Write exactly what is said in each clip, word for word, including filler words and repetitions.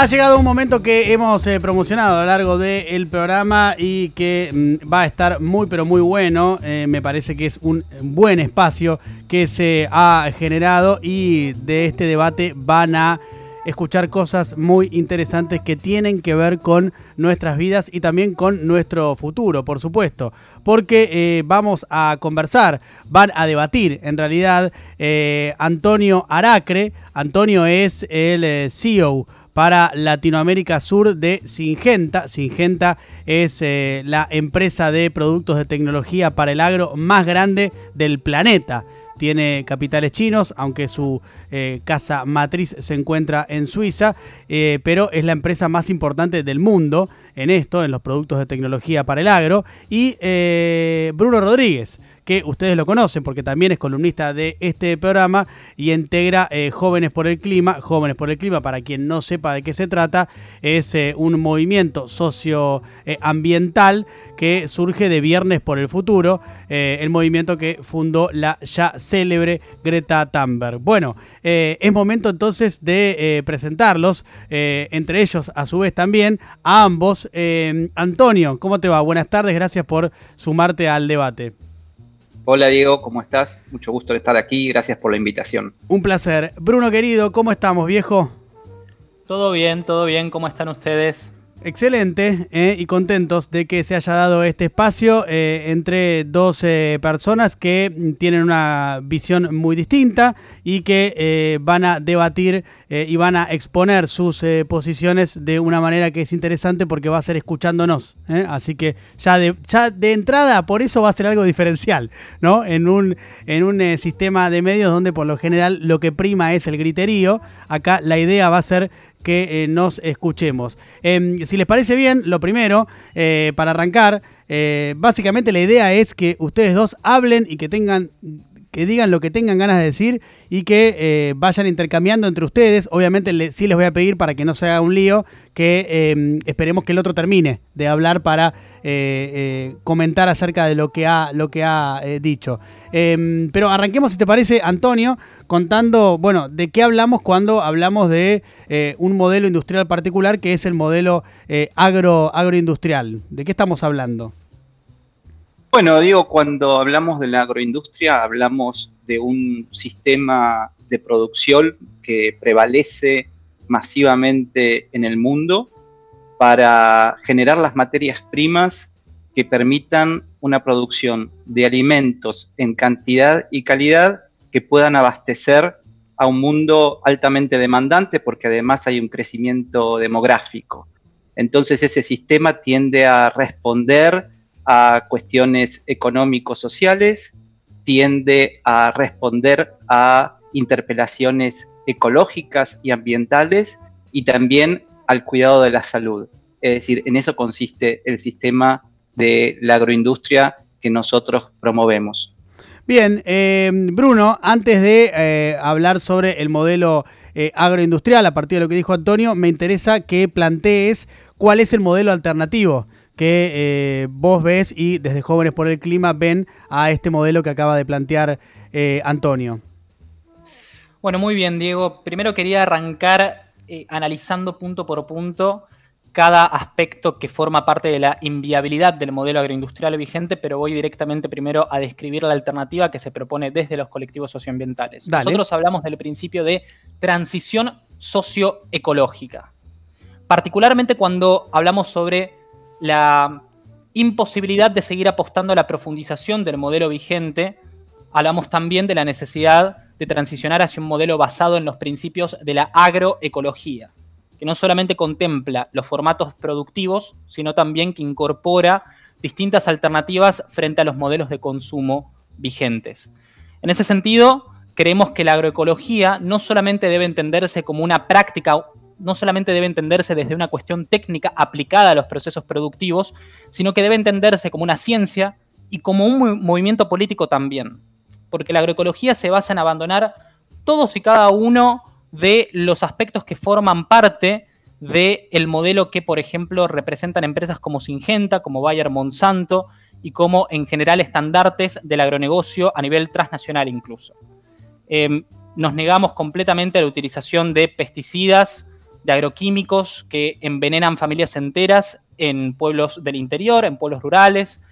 Ha llegado un momento que hemos eh, promocionado a lo largo del programa y que mm, va a estar muy pero muy bueno. Eh, me parece que es un buen espacio que se ha generado y de este debate van a escuchar cosas muy interesantes que tienen que ver con nuestras vidas y también con nuestro futuro, por supuesto, porque eh, vamos a conversar, van a debatir en realidad eh, Antonio Aracre. Antonio es el eh, C E O para Latinoamérica Sur de Syngenta. Syngenta es eh, la empresa de productos de tecnología para el agro más grande del planeta. Tiene capitales chinos, aunque su eh, casa matriz se encuentra en Suiza, eh, pero es la empresa más importante del mundo en esto, en los productos de tecnología para el agro. Y eh, Bruno Rodríguez, que ustedes lo conocen porque también es columnista de este programa y integra eh, Jóvenes por el Clima. Jóvenes por el Clima, para quien no sepa de qué se trata, es eh, un movimiento socioambiental eh, que surge de Viernes por el Futuro, eh, el movimiento que fundó la ya célebre Greta Thunberg. Bueno, eh, es momento entonces de eh, presentarlos, eh, entre ellos a su vez también a ambos. Eh, Antonio, ¿cómo te va? Buenas tardes, gracias por sumarte al debate. Hola Diego, ¿cómo estás? Mucho gusto de estar aquí, gracias por la invitación. Un placer. Bruno querido, ¿cómo estamos, viejo? Todo bien, todo bien, ¿cómo están ustedes? Excelente, eh, y contentos de que se haya dado este espacio eh, entre dos eh, personas que tienen una visión muy distinta y que eh, van a debatir eh, y van a exponer sus eh, posiciones de una manera que es interesante porque va a ser escuchándonos, eh, así que ya de, ya de entrada por eso va a ser algo diferencial, ¿no? En un, en un eh, sistema de medios donde por lo general lo que prima es el griterío, acá la idea va a ser que eh, nos escuchemos. Eh, si les parece bien, lo primero, eh, para arrancar, eh, básicamente la idea es que ustedes dos hablen y que tengan, que digan lo que tengan ganas de decir y que eh, vayan intercambiando entre ustedes. Obviamente le, sí les voy a pedir, para que no se haga un lío, que eh, esperemos que el otro termine de hablar para eh, eh, comentar acerca de lo que ha, lo que ha eh, dicho. Eh, pero arranquemos, si te parece, Antonio, contando, bueno, de qué hablamos cuando hablamos de eh, un modelo industrial particular que es el modelo eh, agro, agroindustrial. ¿De qué estamos hablando? Bueno, digo, cuando hablamos de la agroindustria, hablamos de un sistema de producción que prevalece masivamente en el mundo para generar las materias primas que permitan una producción de alimentos en cantidad y calidad que puedan abastecer a un mundo altamente demandante, porque además hay un crecimiento demográfico. Entonces ese sistema tiende a responder a cuestiones económico-sociales, tiende a responder a interpelaciones ecológicas y ambientales y también al cuidado de la salud. Es decir, en eso consiste el sistema de la agroindustria que nosotros promovemos. Bien, eh, Bruno, antes de eh, hablar sobre el modelo eh, agroindustrial, a partir de lo que dijo Antonio, me interesa que plantees cuál es el modelo alternativo que eh, vos ves y desde Jóvenes por el Clima ven a este modelo que acaba de plantear eh, Antonio. Bueno, muy bien, Diego. Primero quería arrancar eh, analizando punto por punto cada aspecto que forma parte de la inviabilidad del modelo agroindustrial vigente, pero voy directamente primero a describir la alternativa que se propone desde los colectivos socioambientales. Dale. Nosotros hablamos del principio de transición socioecológica, particularmente cuando hablamos sobre la imposibilidad de seguir apostando a la profundización del modelo vigente. Hablamos también de la necesidad de transicionar hacia un modelo basado en los principios de la agroecología, que no solamente contempla los formatos productivos, sino también que incorpora distintas alternativas frente a los modelos de consumo vigentes. En ese sentido, creemos que la agroecología no solamente debe entenderse como una práctica, no solamente debe entenderse desde una cuestión técnica aplicada a los procesos productivos, sino que debe entenderse como una ciencia y como un movimiento político también. Porque la agroecología se basa en abandonar todos y cada uno de los aspectos que forman parte del modelo que, por ejemplo, representan empresas como Syngenta, como Bayer Monsanto y como, en general, estandartes del agronegocio a nivel transnacional incluso. Eh, nos negamos completamente a la utilización de pesticidas de agroquímicos que envenenan familias enteras en pueblos del interior, en pueblos rurales,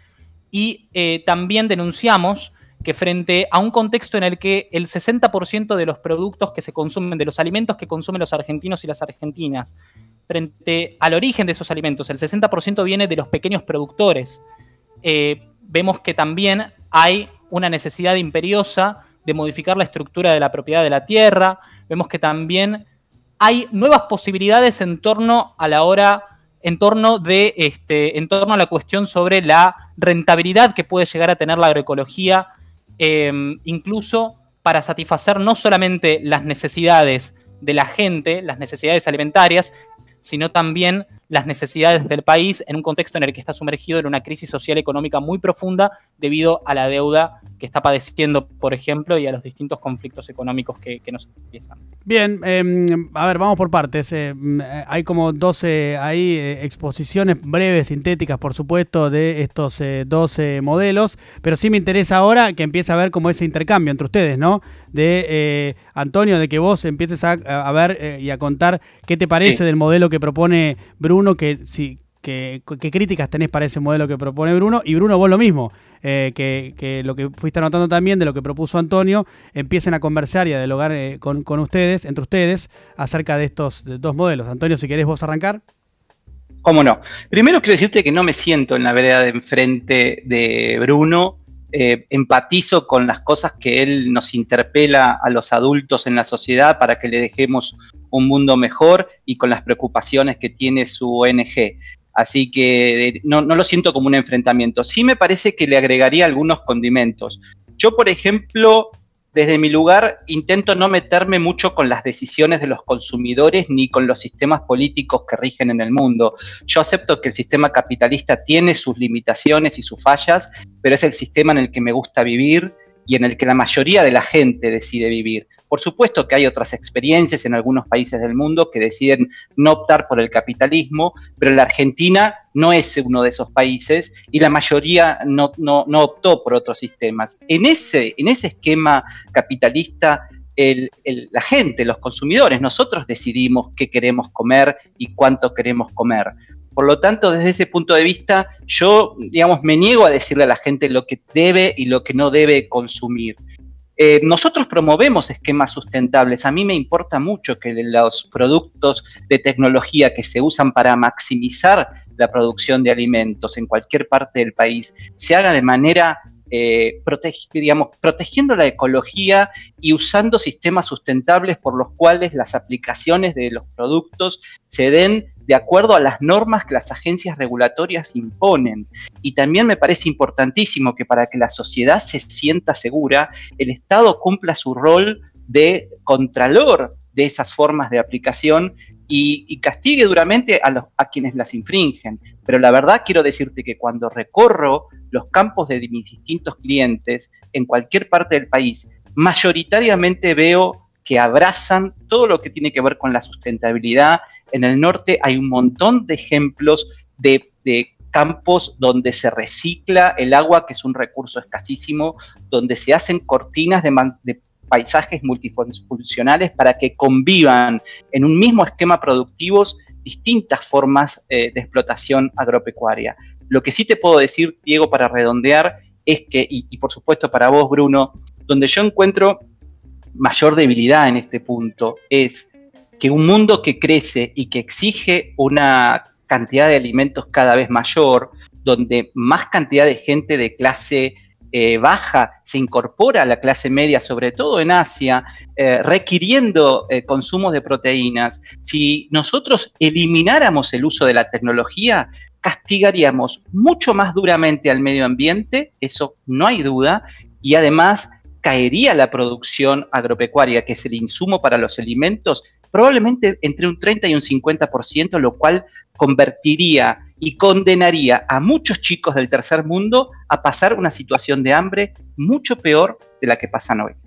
y eh, también denunciamos que frente a un contexto en el que el sesenta por ciento de los productos que se consumen, de los alimentos que consumen los argentinos y las argentinas, frente al origen de esos alimentos, el sesenta por ciento viene de los pequeños productores. Eh, vemos que también hay una necesidad imperiosa de modificar la estructura de la propiedad de la tierra. Vemos que también hay nuevas posibilidades en torno a la hora, en torno de, este, en torno a la cuestión sobre la rentabilidad que puede llegar a tener la agroecología, eh, incluso para satisfacer no solamente las necesidades de la gente, las necesidades alimentarias, sino también las necesidades del país en un contexto en el que está sumergido en una crisis social y económica muy profunda debido a la deuda que está padeciendo, por ejemplo, y a los distintos conflictos económicos que, que nos empiezan. Bien, eh, a ver, vamos por partes. Eh, hay como doce ahí eh, exposiciones breves, sintéticas, por supuesto, de estos eh, doce modelos, pero sí me interesa ahora que empiece a ver como ese intercambio entre ustedes, ¿no? De eh, Antonio, de que vos empieces a, a ver eh, y a contar qué te parece sí. del modelo que propone Bruno, que sí, que, qué críticas tenés para ese modelo que propone Bruno, y Bruno, vos lo mismo, eh, que, que lo que fuiste anotando también de lo que propuso Antonio, empiecen a conversar y a dialogar eh, con, con ustedes, entre ustedes, acerca de estos de dos modelos. Antonio, si querés vos arrancar. ¿Cómo no? Primero quiero decirte que no me siento en la vereda de enfrente de Bruno. Eh, empatizo con las cosas que él nos interpela a los adultos en la sociedad para que le dejemos un mundo mejor y con las preocupaciones que tiene su O N G. Así que no, no lo siento como un enfrentamiento. Sí me parece que le agregaría algunos condimentos. Yo, por ejemplo, desde mi lugar intento no meterme mucho con las decisiones de los consumidores ni con los sistemas políticos que rigen en el mundo. Yo acepto que el sistema capitalista tiene sus limitaciones y sus fallas, pero es el sistema en el que me gusta vivir y en el que la mayoría de la gente decide vivir. Por supuesto que hay otras experiencias en algunos países del mundo que deciden no optar por el capitalismo, pero la Argentina no es uno de esos países y la mayoría no, no, no optó por otros sistemas. En ese, en ese esquema capitalista, el, el, la gente, los consumidores, nosotros decidimos qué queremos comer y cuánto queremos comer. Por lo tanto, desde ese punto de vista, yo, digamos, me niego a decirle a la gente lo que debe y lo que no debe consumir. Eh, nosotros promovemos esquemas sustentables. A mí me importa mucho que los productos de tecnología que se usan para maximizar la producción de alimentos en cualquier parte del país se haga de manera, eh, protege, digamos, protegiendo la ecología y usando sistemas sustentables por los cuales las aplicaciones de los productos se den de acuerdo a las normas que las agencias regulatorias imponen. Y también me parece importantísimo que para que la sociedad se sienta segura, el Estado cumpla su rol de contralor de esas formas de aplicación y, y castigue duramente a, los, a quienes las infringen. Pero la verdad quiero decirte que cuando recorro los campos de mis distintos clientes en cualquier parte del país, mayoritariamente veo que abrazan todo lo que tiene que ver con la sustentabilidad. En el norte hay un montón de ejemplos de, de campos donde se recicla el agua, que es un recurso escasísimo, donde se hacen cortinas de, man, de paisajes multifuncionales para que convivan en un mismo esquema productivos distintas formas eh, de explotación agropecuaria. Lo que sí te puedo decir, Diego, para redondear, es que, y, y por supuesto para vos, Bruno, donde yo encuentro mayor debilidad en este punto es que un mundo que crece y que exige una cantidad de alimentos cada vez mayor, donde más cantidad de gente de clase eh, baja se incorpora a la clase media, sobre todo en Asia, eh, requiriendo eh, consumos de proteínas, si nosotros elimináramos el uso de la tecnología, castigaríamos mucho más duramente al medio ambiente, eso no hay duda, y además caería la producción agropecuaria, que es el insumo para los alimentos, probablemente entre un treinta y un cincuenta por ciento, lo cual convertiría y condenaría a muchos chicos del tercer mundo a pasar una situación de hambre mucho peor de la que pasan hoy.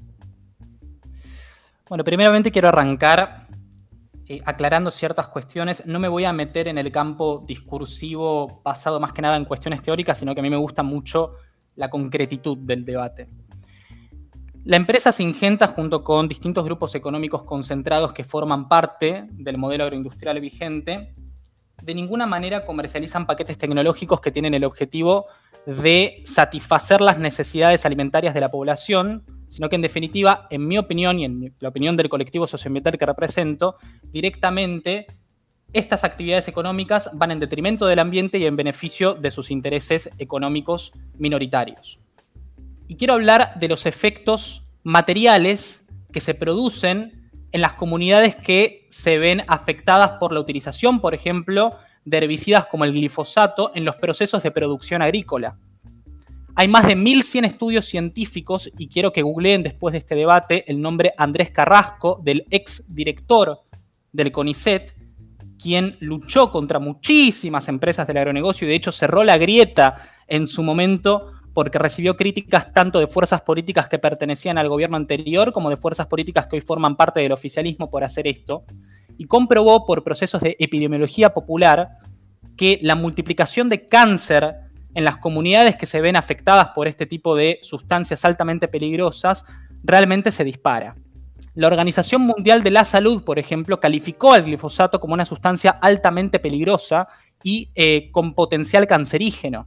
Bueno, primeramente quiero arrancar eh, aclarando ciertas cuestiones. No me voy a meter en el campo discursivo basado más que nada en cuestiones teóricas, sino que a mí me gusta mucho la concretitud del debate. La empresa Syngenta, junto con distintos grupos económicos concentrados que forman parte del modelo agroindustrial vigente, de ninguna manera comercializan paquetes tecnológicos que tienen el objetivo de satisfacer las necesidades alimentarias de la población, sino que en definitiva, en mi opinión y en la opinión del colectivo socioambiental que represento, directamente estas actividades económicas van en detrimento del ambiente y en beneficio de sus intereses económicos minoritarios. Y quiero hablar de los efectos materiales que se producen en las comunidades que se ven afectadas por la utilización, por ejemplo, de herbicidas como el glifosato en los procesos de producción agrícola. Hay más de mil cien estudios científicos, y quiero que googleen después de este debate el nombre Andrés Carrasco, del ex director del CONICET, quien luchó contra muchísimas empresas del agronegocio y de hecho cerró la grieta en su momento porque recibió críticas tanto de fuerzas políticas que pertenecían al gobierno anterior como de fuerzas políticas que hoy forman parte del oficialismo por hacer esto, y comprobó por procesos de epidemiología popular que la multiplicación de cáncer en las comunidades que se ven afectadas por este tipo de sustancias altamente peligrosas realmente se dispara. La Organización Mundial de la Salud, por ejemplo, calificó al glifosato como una sustancia altamente peligrosa y eh, con potencial cancerígeno.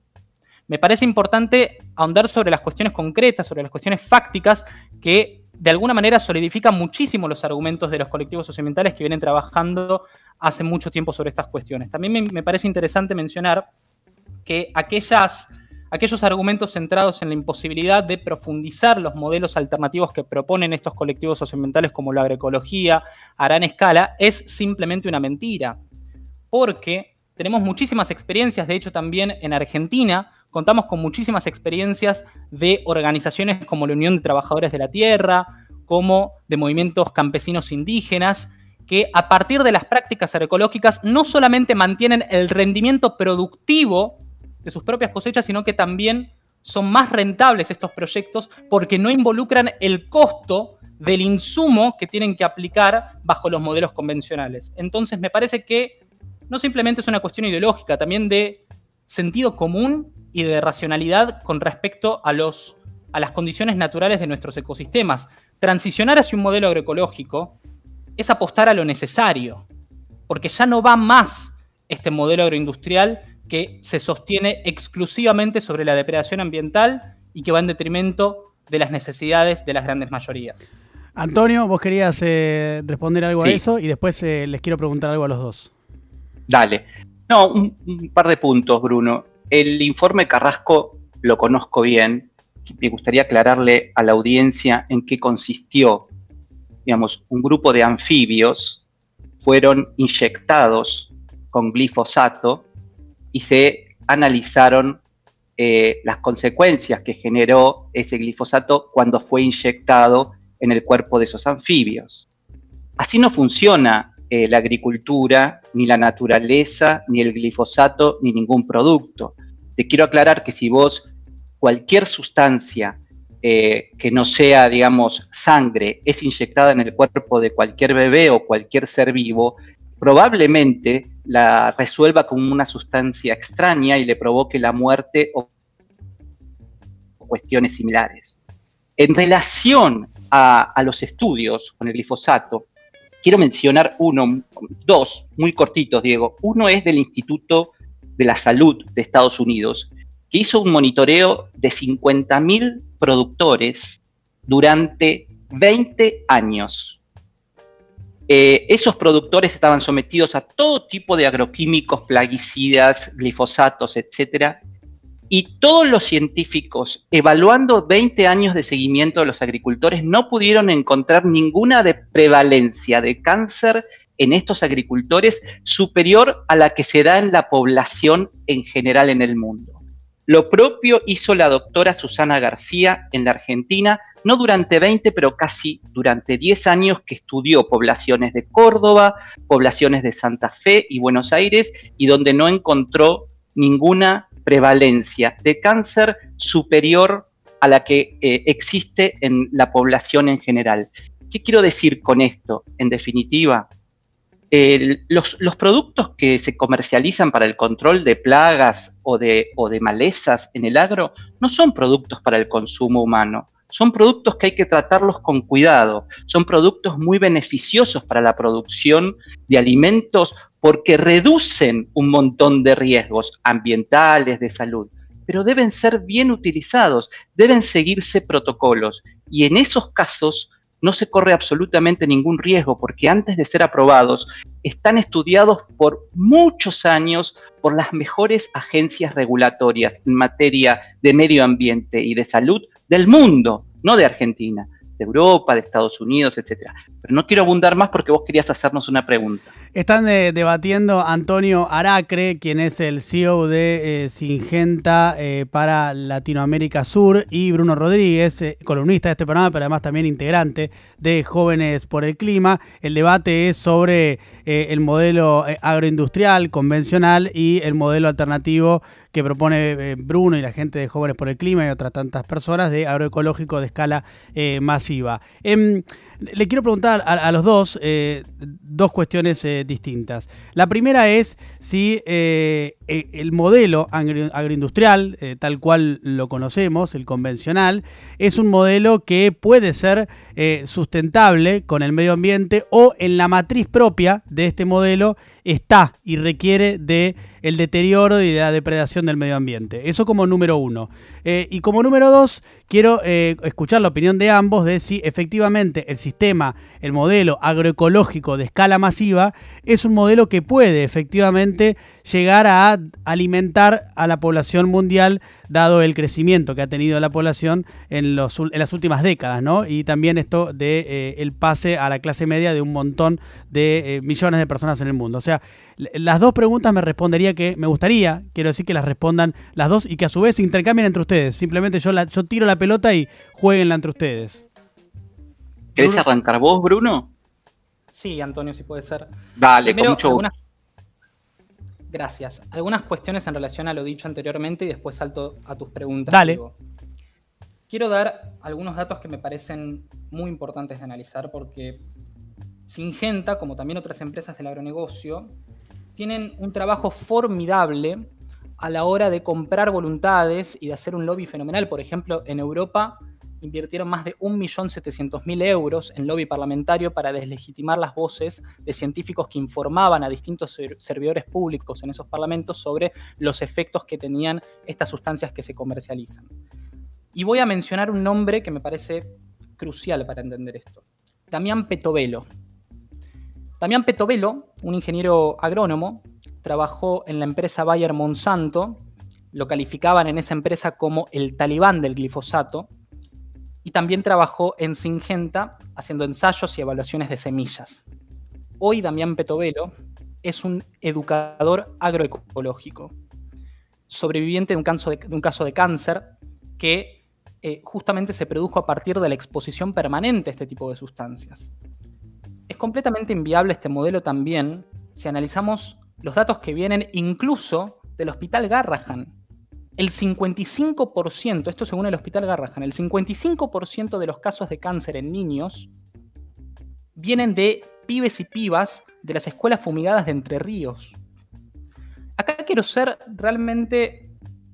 Me parece importante ahondar sobre las cuestiones concretas, sobre las cuestiones fácticas que de alguna manera solidifican muchísimo los argumentos de los colectivos socioambientales que vienen trabajando hace mucho tiempo sobre estas cuestiones. También me, me parece interesante mencionar que aquellas, aquellos argumentos centrados en la imposibilidad de profundizar los modelos alternativos que proponen estos colectivos socioambientales como la agroecología a gran escala es simplemente una mentira, porque tenemos muchísimas experiencias, de hecho también en Argentina contamos con muchísimas experiencias de organizaciones como la Unión de Trabajadores de la Tierra, como de movimientos campesinos indígenas, que a partir de las prácticas agroecológicas no solamente mantienen el rendimiento productivo de sus propias cosechas, sino que también son más rentables estos proyectos porque no involucran el costo del insumo que tienen que aplicar bajo los modelos convencionales. Entonces me parece que no simplemente es una cuestión ideológica, también de sentido común y de racionalidad con respecto a, los, a las condiciones naturales de nuestros ecosistemas. Transicionar hacia un modelo agroecológico es apostar a lo necesario, porque ya no va más este modelo agroindustrial que se sostiene exclusivamente sobre la depredación ambiental y que va en detrimento de las necesidades de las grandes mayorías. Antonio, vos querías eh, responder algo Sí. a eso y después eh, les quiero preguntar algo a los dos. Dale. No, un, un par de puntos, Bruno. El informe Carrasco lo conozco bien. Me gustaría aclararle a la audiencia en qué consistió. Digamos, un grupo de anfibios fueron inyectados con glifosato y se analizaron eh, las consecuencias que generó ese glifosato cuando fue inyectado en el cuerpo de esos anfibios. Así no funciona eh, la agricultura, ni la naturaleza, ni el glifosato, ni ningún producto. Te quiero aclarar que si vos cualquier sustancia eh, que no sea, digamos, sangre, es inyectada en el cuerpo de cualquier bebé o cualquier ser vivo, probablemente la resuelva como una sustancia extraña y le provoque la muerte o cuestiones similares. En relación a, a los estudios con el glifosato, quiero mencionar uno, dos, muy cortitos, Diego. Uno es del Instituto de la Salud de Estados Unidos, que hizo un monitoreo de cincuenta mil productores durante veinte años. Eh, esos productores estaban sometidos a todo tipo de agroquímicos, plaguicidas, glifosatos, etcétera, y todos los científicos, evaluando veinte años de seguimiento de los agricultores, no pudieron encontrar ninguna de prevalencia de cáncer en estos agricultores superior a la que se da en la población en general en el mundo. Lo propio hizo la doctora Susana García en la Argentina, no durante veinte, pero casi durante diez años, que estudió poblaciones de Córdoba, poblaciones de Santa Fe y Buenos Aires, y donde no encontró ninguna prevalencia de cáncer superior a la que eh, existe en la población en general. ¿Qué quiero decir con esto? En definitiva, El, los, los productos que se comercializan para el control de plagas o de, o de malezas en el agro no son productos para el consumo humano, son productos que hay que tratarlos con cuidado, son productos muy beneficiosos para la producción de alimentos porque reducen un montón de riesgos ambientales, de salud, pero deben ser bien utilizados, deben seguirse protocolos y en esos casos no se corre absolutamente ningún riesgo porque antes de ser aprobados están estudiados por muchos años por las mejores agencias regulatorias en materia de medio ambiente y de salud del mundo, no de Argentina, de Europa, de Estados Unidos, etcétera. Pero no quiero abundar más porque vos querías hacernos una pregunta. Están de, debatiendo Antonio Aracre, quien es el C E O de eh, Syngenta eh, para Latinoamérica Sur, y Bruno Rodríguez, eh, columnista de este programa, pero además también integrante de Jóvenes por el Clima. El debate es sobre eh, el modelo eh, agroindustrial convencional y el modelo alternativo que propone eh, Bruno y la gente de Jóvenes por el Clima y otras tantas personas de agroecológico de escala eh, masiva. Eh, le quiero preguntar a, a los dos eh, dos cuestiones eh, distintas. La primera es si eh, el modelo agro, agroindustrial, eh, tal cual lo conocemos, el convencional, es un modelo que puede ser eh, sustentable con el medio ambiente o en la matriz propia de este modelo está y requiere de el deterioro y de la depredación del medio ambiente. Eso como número uno. Eh, y como número dos, quiero eh, escuchar la opinión de ambos de si efectivamente el sistema, el modelo agroecológico de escala masiva es un modelo que puede efectivamente llegar a alimentar a la población mundial, dado el crecimiento que ha tenido la población en, los, en las últimas décadas, ¿no? Y también esto de eh, el pase a la clase media de un montón de eh, millones de personas en el mundo. O sea, las dos preguntas me respondería que me gustaría, quiero decir que las respondan las dos y que a su vez se intercambien entre ustedes. Simplemente yo, la, yo tiro la pelota y jueguenla entre ustedes. ¿Querés Bruno? arrancar vos, Bruno? Sí, Antonio, si puede ser. Dale, Primero, con mucho gusto. Algunas... Gracias. Algunas cuestiones en relación a lo dicho anteriormente y después salto a tus preguntas. Dale. Diego. Quiero dar algunos datos que me parecen muy importantes de analizar porque Syngenta, como también otras empresas del agronegocio, tienen un trabajo formidable a la hora de comprar voluntades y de hacer un lobby fenomenal. Por ejemplo, en Europa invirtieron más de un millón setecientos mil euros en lobby parlamentario para deslegitimar las voces de científicos que informaban a distintos servidores públicos en esos parlamentos sobre los efectos que tenían estas sustancias que se comercializan. Y voy a mencionar un nombre que me parece crucial para entender esto. Damián Petovelo. Damián Petovelo, un ingeniero agrónomo, trabajó en la empresa Bayer Monsanto, lo calificaban en esa empresa como el talibán del glifosato, y también trabajó en Syngenta haciendo ensayos y evaluaciones de semillas. Hoy Damián Petovelo es un educador agroecológico, sobreviviente de un caso de, de, un caso de cáncer que eh, justamente se produjo a partir de la exposición permanente a este tipo de sustancias. Es completamente inviable este modelo también si analizamos los datos que vienen incluso del Hospital Garrahan. El cincuenta y cinco por ciento, esto según el Hospital Garrahan, el cincuenta y cinco por ciento de los casos de cáncer en niños vienen de pibes y pibas de las escuelas fumigadas de Entre Ríos. Acá quiero ser realmente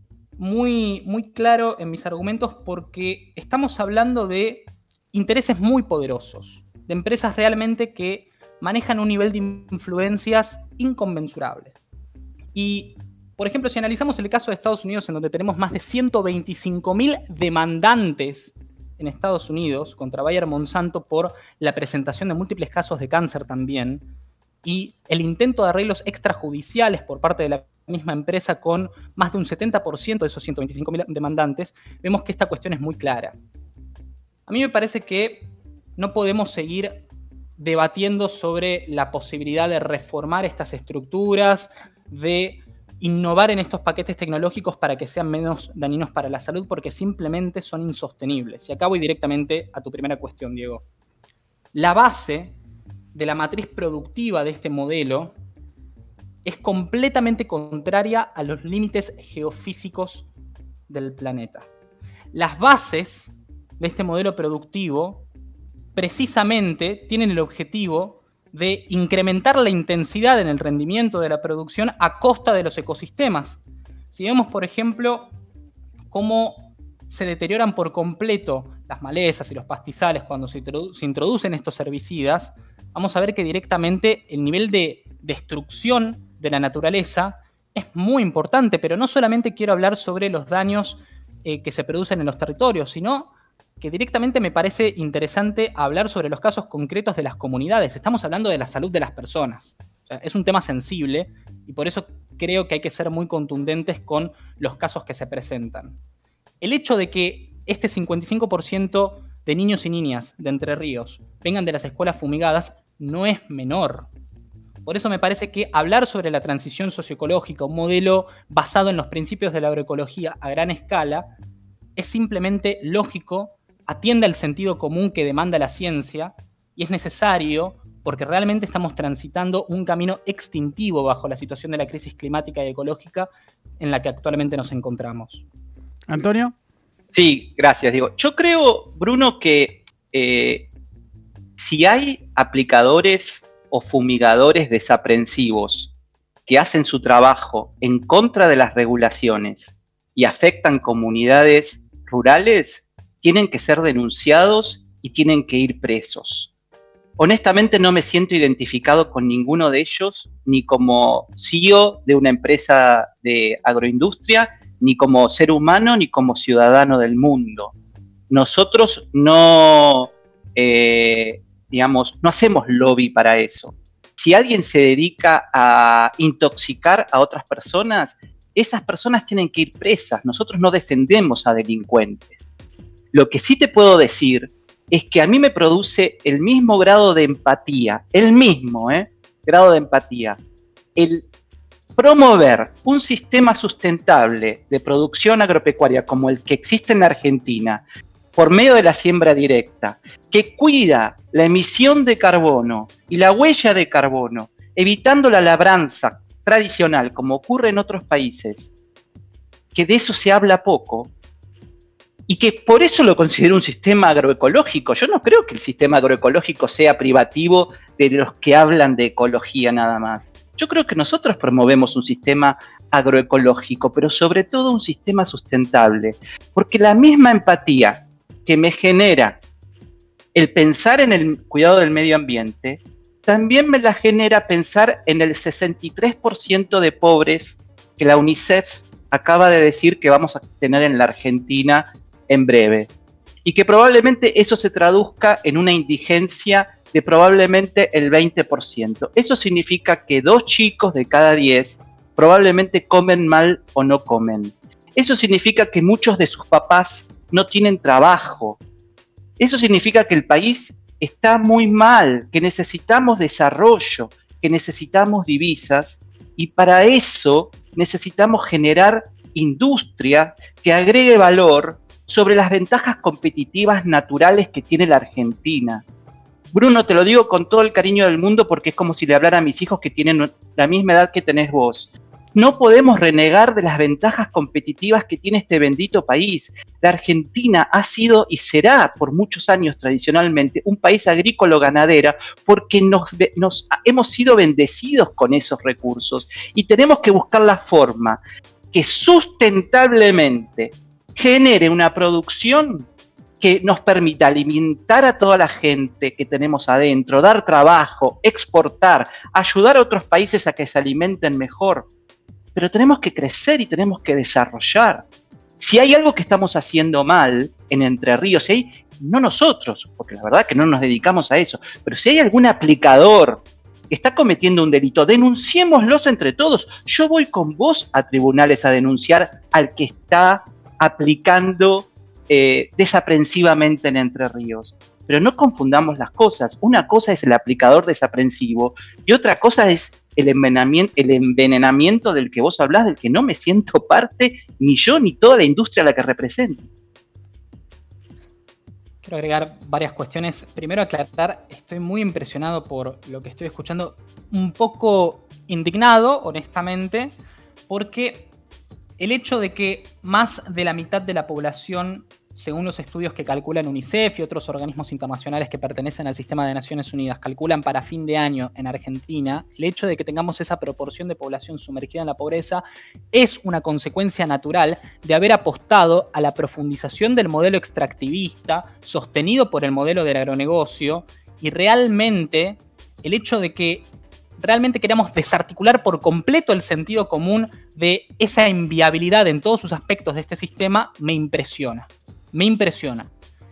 muy, muy claro en mis argumentos porque estamos hablando de intereses muy poderosos, de empresas realmente que manejan un nivel de influencias inconmensurables. Y por ejemplo, si analizamos el caso de Estados Unidos, en donde tenemos más de ciento veinticinco mil demandantes en Estados Unidos contra Bayer Monsanto por la presentación de múltiples casos de cáncer también, y el intento de arreglos extrajudiciales por parte de la misma empresa con más de un setenta por ciento de esos ciento veinticinco mil demandantes, vemos que esta cuestión es muy clara. A mí me parece que no podemos seguir debatiendo sobre la posibilidad de reformar estas estructuras, de innovar en estos paquetes tecnológicos para que sean menos dañinos para la salud, porque simplemente son insostenibles. Y acá voy directamente a tu primera cuestión, Diego. La base de la matriz productiva de este modelo es completamente contraria a los límites geofísicos del planeta. Las bases de este modelo productivo precisamente tienen el objetivo de incrementar la intensidad en el rendimiento de la producción a costa de los ecosistemas. Si vemos, por ejemplo, cómo se deterioran por completo las malezas y los pastizales cuando se, introdu- se introducen estos herbicidas, vamos a ver que directamente el nivel de destrucción de la naturaleza es muy importante, pero no solamente quiero hablar sobre los daños eh, que se producen en los territorios, sino que directamente me parece interesante hablar sobre los casos concretos de las comunidades. Estamos hablando de la salud de las personas. O sea, es un tema sensible y por eso creo que hay que ser muy contundentes con los casos que se presentan. El hecho de que este cincuenta y cinco por ciento de niños y niñas de Entre Ríos vengan de las escuelas fumigadas no es menor. Por eso me parece que hablar sobre la transición socioecológica, un modelo basado en los principios de la agroecología a gran escala, es simplemente lógico, atiende al sentido común que demanda la ciencia y es necesario porque realmente estamos transitando un camino extintivo bajo la situación de la crisis climática y ecológica en la que actualmente nos encontramos. ¿Antonio? Sí, gracias, Diego. Yo creo, Bruno, que eh, si hay aplicadores o fumigadores desaprensivos que hacen su trabajo en contra de las regulaciones y afectan comunidades rurales, tienen que ser denunciados y tienen que ir presos. Honestamente no me siento identificado con ninguno de ellos, ni como C E O de una empresa de agroindustria, ni como ser humano, ni como ciudadano del mundo. Nosotros no, eh, digamos, no hacemos lobby para eso. Si alguien se dedica a intoxicar a otras personas, esas personas tienen que ir presas. Nosotros no defendemos a delincuentes. Lo que sí te puedo decir es que a mí me produce el mismo grado de empatía, el mismo ¿eh? grado de empatía, el promover un sistema sustentable de producción agropecuaria como el que existe en la Argentina, por medio de la siembra directa, que cuida la emisión de carbono y la huella de carbono, evitando la labranza tradicional, como ocurre en otros países, que de eso se habla poco, y que por eso lo considero un sistema agroecológico. Yo no creo que el sistema agroecológico sea privativo de los que hablan de ecología nada más. Yo creo que nosotros promovemos un sistema agroecológico, pero sobre todo un sistema sustentable, porque la misma empatía que me genera el pensar en el cuidado del medio ambiente, también me la genera pensar en el sesenta y tres por ciento de pobres que la UNICEF acaba de decir que vamos a tener en la Argentina en breve, y que probablemente eso se traduzca en una indigencia de probablemente el veinte por ciento. Eso significa que dos chicos de cada diez probablemente comen mal o no comen. Eso significa que muchos de sus papás no tienen trabajo. Eso significa que el país está muy mal, que necesitamos desarrollo, que necesitamos divisas, y para eso necesitamos generar industria que agregue valor sobre las ventajas competitivas naturales que tiene la Argentina. Bruno, te lo digo con todo el cariño del mundo porque es como si le hablara a mis hijos que tienen la misma edad que tenés vos. No podemos renegar de las ventajas competitivas que tiene este bendito país. La Argentina ha sido y será por muchos años tradicionalmente un país agrícola-ganadera porque nos, nos hemos sido bendecidos con esos recursos y tenemos que buscar la forma que sustentablemente genere una producción que nos permita alimentar a toda la gente que tenemos adentro, dar trabajo, exportar, ayudar a otros países a que se alimenten mejor. Pero tenemos que crecer y tenemos que desarrollar. Si hay algo que estamos haciendo mal en Entre Ríos, si hay, no nosotros, porque la verdad que no nos dedicamos a eso, pero si hay algún aplicador que está cometiendo un delito, denunciémoslos entre todos. Yo voy con vos a tribunales a denunciar al que está aplicando eh, desaprensivamente en Entre Ríos. Pero no confundamos las cosas. Una cosa es el aplicador desaprensivo y otra cosa es el envenenamiento, el envenenamiento del que vos hablás, del que no me siento parte, ni yo ni toda la industria a la que represento. Quiero agregar varias cuestiones. Primero aclarar, estoy muy impresionado por lo que estoy escuchando, un poco indignado, honestamente, porque el hecho de que más de la mitad de la población según los estudios que calculan UNICEF y otros organismos internacionales que pertenecen al sistema de Naciones Unidas, calculan para fin de año en Argentina, el hecho de que tengamos esa proporción de población sumergida en la pobreza es una consecuencia natural de haber apostado a la profundización del modelo extractivista sostenido por el modelo del agronegocio, y realmente el hecho de que realmente queramos desarticular por completo el sentido común de esa inviabilidad en todos sus aspectos de este sistema me impresiona. Me impresiona.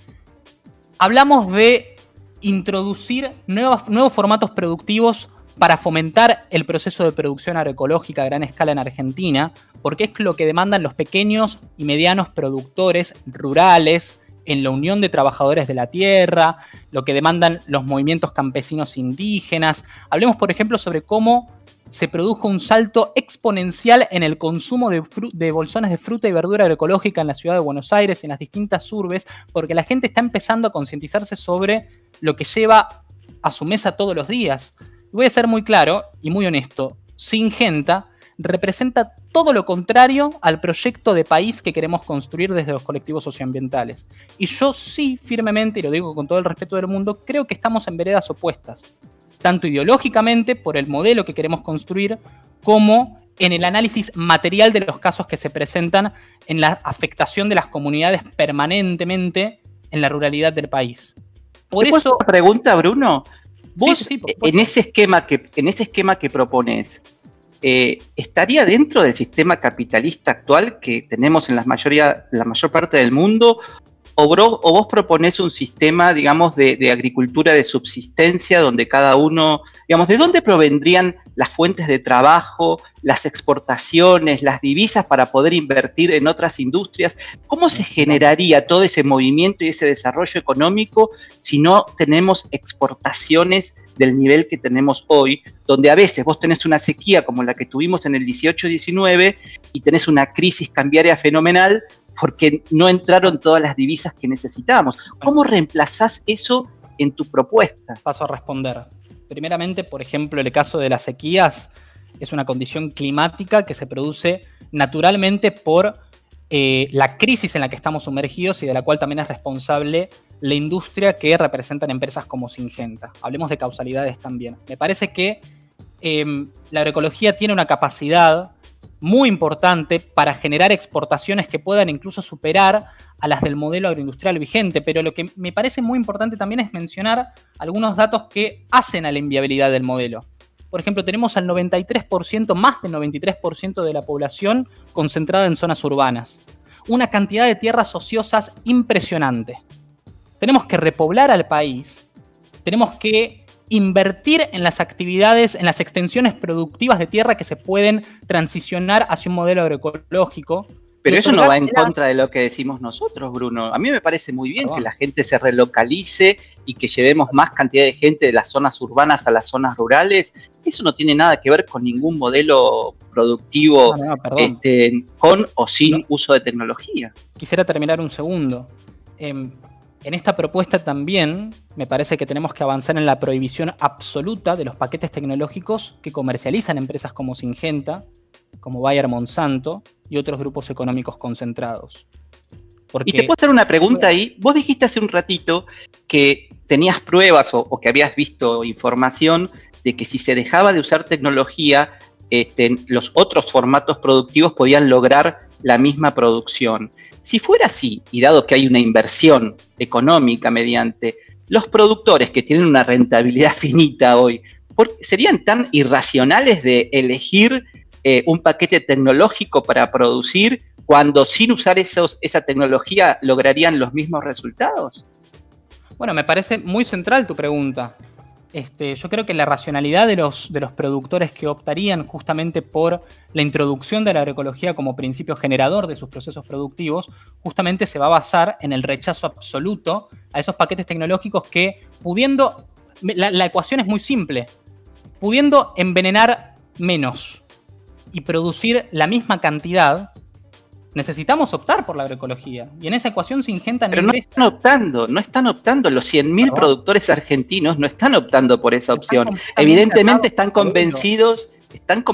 Hablamos de introducir nuevos, nuevos formatos productivos para fomentar el proceso de producción agroecológica a gran escala en Argentina, porque es lo que demandan los pequeños y medianos productores rurales en la Unión de Trabajadores de la Tierra, lo que demandan los movimientos campesinos indígenas. Hablemos, por ejemplo, sobre cómo se produjo un salto exponencial en el consumo de, de bolsones de fruta y verdura agroecológica en la ciudad de Buenos Aires, en las distintas urbes, porque la gente está empezando a concientizarse sobre lo que lleva a su mesa todos los días. Voy a ser muy claro y muy honesto, Syngenta representa todo lo contrario al proyecto de país que queremos construir desde los colectivos socioambientales. Y yo sí, firmemente, y lo digo con todo el respeto del mundo, creo que estamos en veredas opuestas, tanto ideológicamente por el modelo que queremos construir, como en el análisis material de los casos que se presentan en la afectación de las comunidades permanentemente en la ruralidad del país. Por ¿Te eso... una pregunta, Bruno? Vos, sí, sí, sí, en ese esquema que, en ese esquema que propones, eh, ¿estaría dentro del sistema capitalista actual que tenemos en la mayoría, la mayor parte del mundo? O, bro, ¿O vos proponés un sistema, digamos, de, de agricultura de subsistencia donde cada uno, digamos, ¿de dónde provendrían las fuentes de trabajo, las exportaciones, las divisas para poder invertir en otras industrias? ¿Cómo se generaría todo ese movimiento y ese desarrollo económico si no tenemos exportaciones del nivel que tenemos hoy, donde a veces vos tenés una sequía como la que tuvimos en el dieciocho diecinueve y tenés una crisis cambiaria fenomenal porque no entraron todas las divisas que necesitábamos? ¿Cómo reemplazás eso en tu propuesta? Paso a responder. Primeramente, por ejemplo, el caso de las sequías es una condición climática que se produce naturalmente por eh, la crisis en la que estamos sumergidos y de la cual también es responsable la industria que representan empresas como Syngenta. Hablemos de causalidades también. Me parece que eh, la agroecología tiene una capacidad muy importante para generar exportaciones que puedan incluso superar a las del modelo agroindustrial vigente, pero lo que me parece muy importante también es mencionar algunos datos que hacen a la inviabilidad del modelo. Por ejemplo, tenemos al noventa y tres por ciento, más del noventa y tres por ciento de la población concentrada en zonas urbanas. Una cantidad de tierras ociosas impresionante. Tenemos que repoblar al país, tenemos que invertir en las actividades, en las extensiones productivas de tierra que se pueden transicionar hacia un modelo agroecológico. Pero eso no va en contra de lo que decimos nosotros, Bruno. A mí me parece muy bien Perdón. que la gente se relocalice y que llevemos más cantidad de gente de las zonas urbanas a las zonas rurales. Eso no tiene nada que ver con ningún modelo productivo no, no, este, con o sin no. uso de tecnología. Quisiera terminar un segundo. Eh, En esta propuesta también me parece que tenemos que avanzar en la prohibición absoluta de los paquetes tecnológicos que comercializan empresas como Syngenta, como Bayer Monsanto y otros grupos económicos concentrados. Porque... Y te puedo hacer una pregunta ahí. Vos dijiste hace un ratito que tenías pruebas o, o que habías visto información de que si se dejaba de usar tecnología, este, los otros formatos productivos podían lograr la misma producción. Si fuera así, y dado que hay una inversión económica mediante los productores que tienen una rentabilidad finita hoy, ¿serían tan irracionales de elegir eh, un paquete tecnológico para producir cuando sin usar esos, esa tecnología lograrían los mismos resultados? Bueno, me parece muy central tu pregunta. Este, yo creo que la racionalidad de los, de los productores que optarían justamente por la introducción de la agroecología como principio generador de sus procesos productivos, justamente se va a basar en el rechazo absoluto a esos paquetes tecnológicos que, pudiendo, la, la ecuación es muy simple, pudiendo envenenar menos y producir la misma cantidad, necesitamos optar por la agroecología. Y en esa ecuación Syngenta no Pero no están optando, no están optando. Los cien mil productores argentinos no están optando por esa opción. Evidentemente están convencidos, están con,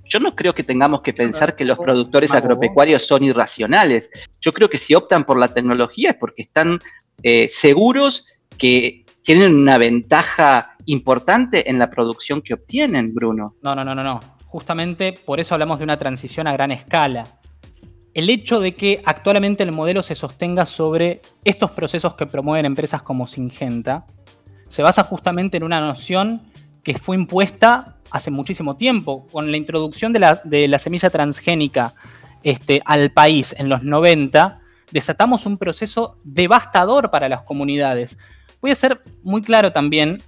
Yo no creo que tengamos que pensar que los productores agropecuarios son irracionales. Yo creo que si optan por la tecnología es porque están eh, seguros que tienen una ventaja importante en la producción que obtienen, Bruno. No, no, no, no, no. Justamente por eso hablamos de una transición a gran escala. El hecho de que actualmente el modelo se sostenga sobre estos procesos que promueven empresas como Syngenta se basa justamente en una noción que fue impuesta hace muchísimo tiempo. Con la introducción de la, de la semilla transgénica este, al país en los noventa, desatamos un proceso devastador para las comunidades. Voy a ser muy claro también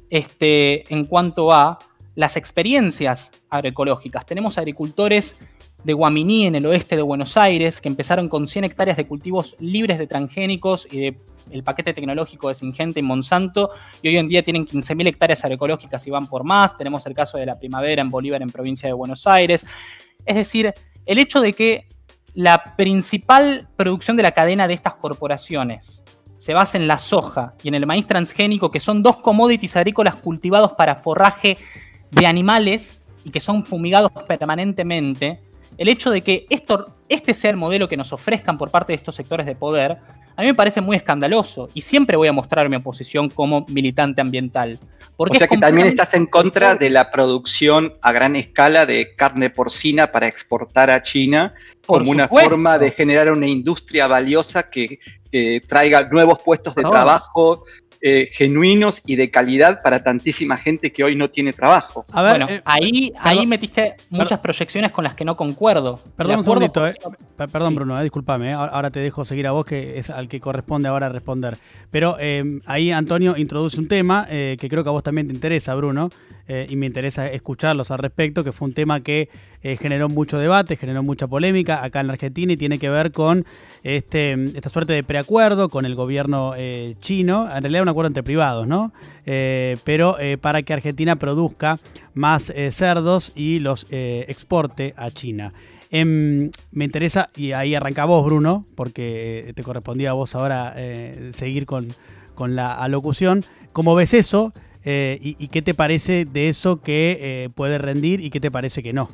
este, en cuanto a las experiencias agroecológicas. Tenemos agricultores de Guaminí, en el oeste de Buenos Aires, que empezaron con cien hectáreas de cultivos libres de transgénicos y de el paquete tecnológico de Syngenta y Monsanto, y hoy en día tienen quince mil hectáreas agroecológicas y van por más. Tenemos el caso de La Primavera en Bolívar, en provincia de Buenos Aires. Es decir, el hecho de que la principal producción de la cadena de estas corporaciones se basa en la soja y en el maíz transgénico, que son dos commodities agrícolas cultivados para forraje de animales y que son fumigados permanentemente, el hecho de que esto, este sea el modelo que nos ofrezcan por parte de estos sectores de poder, a mí me parece muy escandaloso y siempre voy a mostrar mi oposición como militante ambiental. O sea que también estás en contra de la producción a gran escala de carne porcina para exportar a China como una forma de generar una industria valiosa que, que traiga nuevos puestos de trabajo eh, genuinos y de calidad para tantísima gente que hoy no tiene trabajo. A ver, bueno, eh, ahí, ahí metiste muchas perdón, proyecciones con las que no concuerdo. Perdón un segundito, eh. Perdón sí. Bruno, eh, discúlpame, eh. ahora te dejo seguir a vos, que es al que corresponde ahora responder. Pero eh, ahí Antonio introduce un tema eh, que creo que a vos también te interesa, Bruno, eh, y me interesa escucharlos al respecto, que fue un tema que eh, generó mucho debate, generó mucha polémica acá en la Argentina y tiene que ver con este, esta suerte de preacuerdo con el gobierno eh, chino, en realidad un acuerdo entre privados, ¿no? Eh, pero eh, para que Argentina produzca más eh, cerdos y los eh, exporte a China. Eh, me interesa, y ahí arranca vos, Bruno, porque te correspondía a vos ahora eh, seguir con, con la alocución. ¿Cómo ves eso? Eh, y, ¿Y qué te parece de eso que eh, puede rendir y qué te parece que no?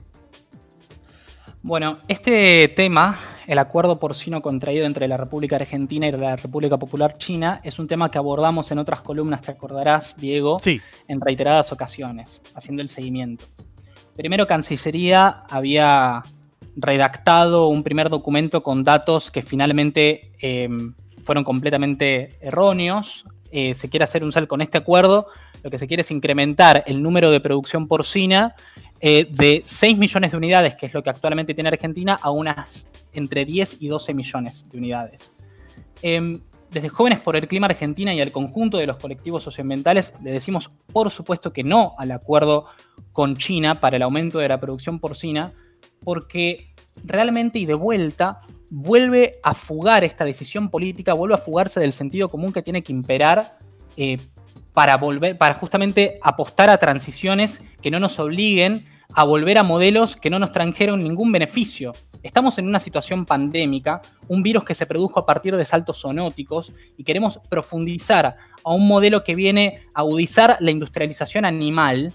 Bueno, este tema, el acuerdo porcino contraído entre la República Argentina y la República Popular China, es un tema que abordamos en otras columnas, te acordarás, Diego, sí, en reiteradas ocasiones, haciendo el seguimiento. Primero, Cancillería había redactado un primer documento con datos que finalmente eh, fueron completamente erróneos. Eh, se quiere hacer un sal con este acuerdo. Lo que se quiere es incrementar el número de producción porcina eh, de seis millones de unidades, que es lo que actualmente tiene Argentina, a unas entre diez y doce millones de unidades. Eh, desde Jóvenes por el Clima Argentina y al conjunto de los colectivos socioambientales le decimos, por supuesto, que no al acuerdo con China para el aumento de la producción porcina, porque realmente y de vuelta vuelve a fugar esta decisión política, vuelve a fugarse del sentido común que tiene que imperar eh, para volver, para justamente apostar a transiciones que no nos obliguen a volver a modelos que no nos trajeron ningún beneficio. Estamos en una situación pandémica, un virus que se produjo a partir de saltos zoonóticos, y queremos profundizar a un modelo que viene a agudizar la industrialización animal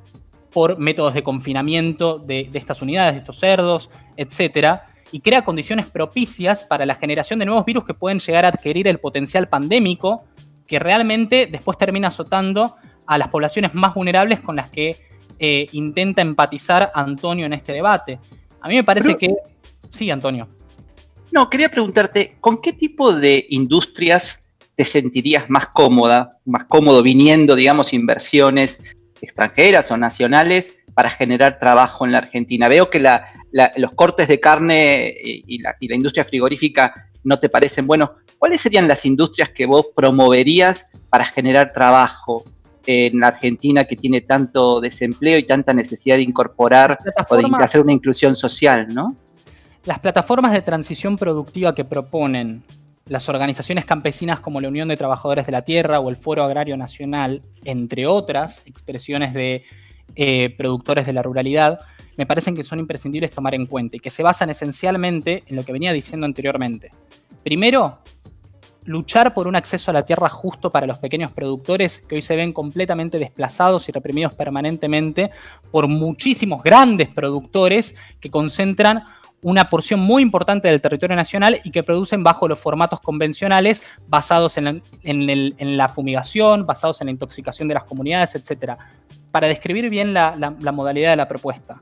por métodos de confinamiento de, de estas unidades, de estos cerdos, etcétera, y crea condiciones propicias para la generación de nuevos virus que pueden llegar a adquirir el potencial pandémico, que realmente después termina azotando a las poblaciones más vulnerables con las que eh, intenta empatizar Antonio en este debate. A mí me parece Pero, que... Sí, Antonio. No, quería preguntarte, ¿con qué tipo de industrias te sentirías más cómoda, más cómodo viniendo, digamos, inversiones extranjeras o nacionales para generar trabajo en la Argentina? Veo que la, la, los cortes de carne y la, y la industria frigorífica no te parecen buenos. ¿Cuáles serían las industrias que vos promoverías para generar trabajo en la Argentina, que tiene tanto desempleo y tanta necesidad de incorporar o de hacer una inclusión social, ¿no? Las plataformas de transición productiva que proponen las organizaciones campesinas como la Unión de Trabajadores de la Tierra o el Foro Agrario Nacional, entre otras expresiones de eh, productores de la ruralidad, me parecen que son imprescindibles tomar en cuenta y que se basan esencialmente en lo que venía diciendo anteriormente. Primero, luchar por un acceso a la tierra justo para los pequeños productores que hoy se ven completamente desplazados y reprimidos permanentemente por muchísimos grandes productores que concentran una porción muy importante del territorio nacional y que producen bajo los formatos convencionales basados en la, en el, en la fumigación, basados en la intoxicación de las comunidades, etcétera. Para describir bien la, la, la modalidad de la propuesta.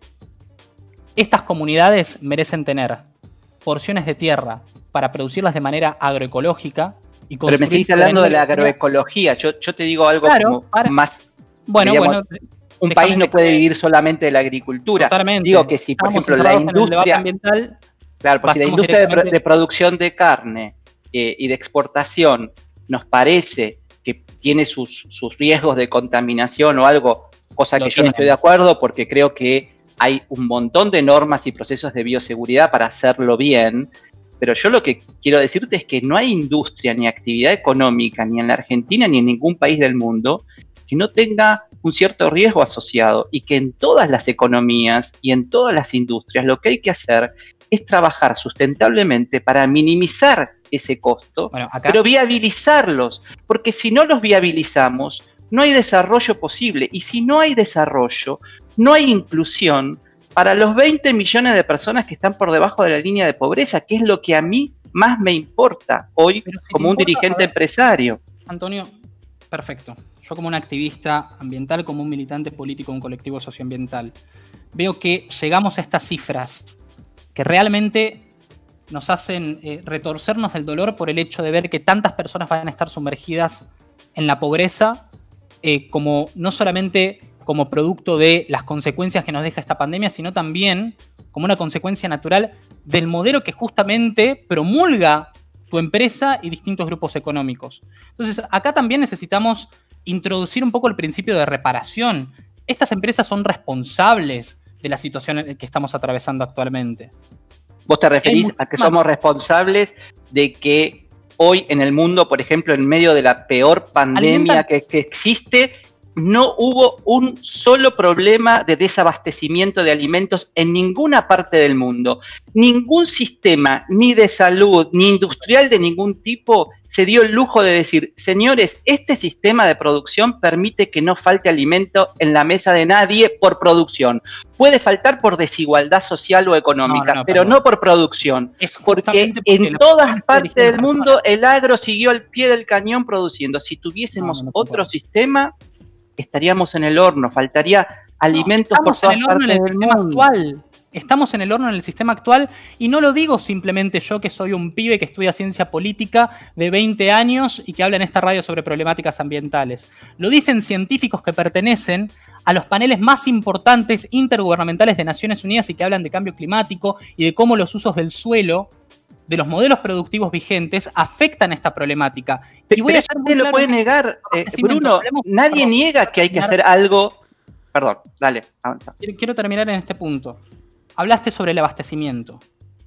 Estas comunidades merecen tener porciones de tierra para producirlas de manera agroecológica. Y pero me seguís hablando de la agroecología. Yo, yo te digo algo claro, como para, más... Bueno, digamos, bueno... Un país no puede vivir solamente de la agricultura. Totalmente. Digo que si, por ejemplo, la industria... ambiental, claro, porque si la industria de, pro, de producción de carne eh, y de exportación nos parece que tiene sus, sus riesgos de contaminación o algo, cosa que yo no estoy de acuerdo, porque creo que hay un montón de normas y procesos de bioseguridad para hacerlo bien, pero yo lo que quiero decirte es que no hay industria ni actividad económica, ni en la Argentina ni en ningún país del mundo, que no tenga un cierto riesgo asociado, y que en todas las economías y en todas las industrias lo que hay que hacer es trabajar sustentablemente para minimizar ese costo, bueno, acá... pero viabilizarlos, porque si no los viabilizamos, no hay desarrollo posible, y si no hay desarrollo, no hay inclusión para los veinte millones de personas que están por debajo de la línea de pobreza, que es lo que a mí más me importa hoy si como un importa, dirigente ver, empresario. Antonio, perfecto. Yo como un activista ambiental, como un militante político, un colectivo socioambiental, veo que llegamos a estas cifras que realmente nos hacen eh, retorcernos del dolor por el hecho de ver que tantas personas van a estar sumergidas en la pobreza, eh, como no solamente como producto de las consecuencias que nos deja esta pandemia, sino también como una consecuencia natural del modelo que justamente promulga tu empresa y distintos grupos económicos. Entonces, acá también necesitamos introducir un poco el principio de reparación. Estas empresas son responsables de la situación en que estamos atravesando actualmente. ¿Vos te referís a que somos responsables de que hoy en el mundo, por ejemplo, en medio de la peor pandemia que, que existe, no hubo un solo problema de desabastecimiento de alimentos en ninguna parte del mundo? Ningún sistema, ni de salud, ni industrial de ningún tipo, se dio el lujo de decir, señores, este sistema de producción permite que no falte alimento en la mesa de nadie por producción. Puede faltar por desigualdad social o económica, no, no, no, pero perdón. no por producción. Porque, porque en todas partes del mundo el agro siguió al pie del cañón produciendo. Si tuviésemos no, no, no, otro no. sistema, estaríamos en el horno, faltaría alimentos no, por todas en el horno partes en el del sistema mundo. Actual. Estamos en el horno en el sistema actual, y no lo digo simplemente yo, que soy un pibe que estudia ciencia política de veinte años y que habla en esta radio sobre problemáticas ambientales. Lo dicen científicos que pertenecen a los paneles más importantes intergubernamentales de Naciones Unidas y que hablan de cambio climático y de cómo los usos del suelo, de los modelos productivos vigentes, afectan esta problemática. Y voy Pero a nadie lo puede negar, eh, Bruno, nadie perdón, niega que hay que hacer algo... Perdón, dale, avanza. Quiero terminar en este punto. Hablaste sobre el abastecimiento.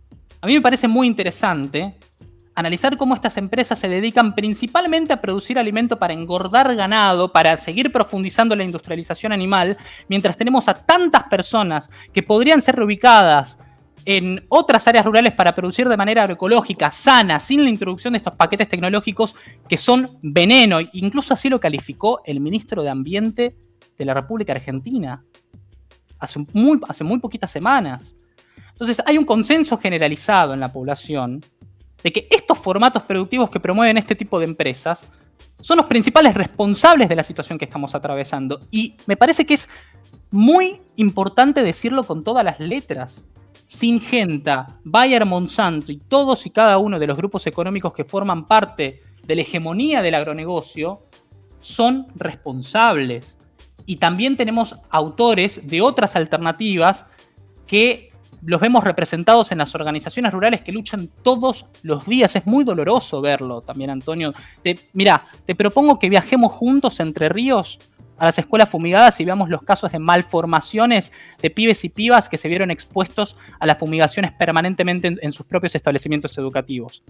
A mí me parece muy interesante analizar cómo estas empresas se dedican principalmente a producir alimento para engordar ganado, para seguir profundizando la industrialización animal, mientras tenemos a tantas personas que podrían ser reubicadas en otras áreas rurales para producir de manera agroecológica, sana, sin la introducción de estos paquetes tecnológicos que son veneno. Incluso así lo calificó el ministro de Ambiente de la República Argentina hace muy, hace muy poquitas semanas. Entonces hay un consenso generalizado en la población de que estos formatos productivos que promueven este tipo de empresas son los principales responsables de la situación que estamos atravesando. Y me parece que es muy importante decirlo con todas las letras. Syngenta, Bayer, Monsanto y todos y cada uno de los grupos económicos que forman parte de la hegemonía del agronegocio son responsables. Y también tenemos autores de otras alternativas que los vemos representados en las organizaciones rurales que luchan todos los días. Es muy doloroso verlo también, Antonio. Te, mirá, te propongo que viajemos juntos entre ríos a las escuelas fumigadas y veamos los casos de malformaciones de pibes y pibas que se vieron expuestos a las fumigaciones permanentemente en, en sus propios establecimientos educativos.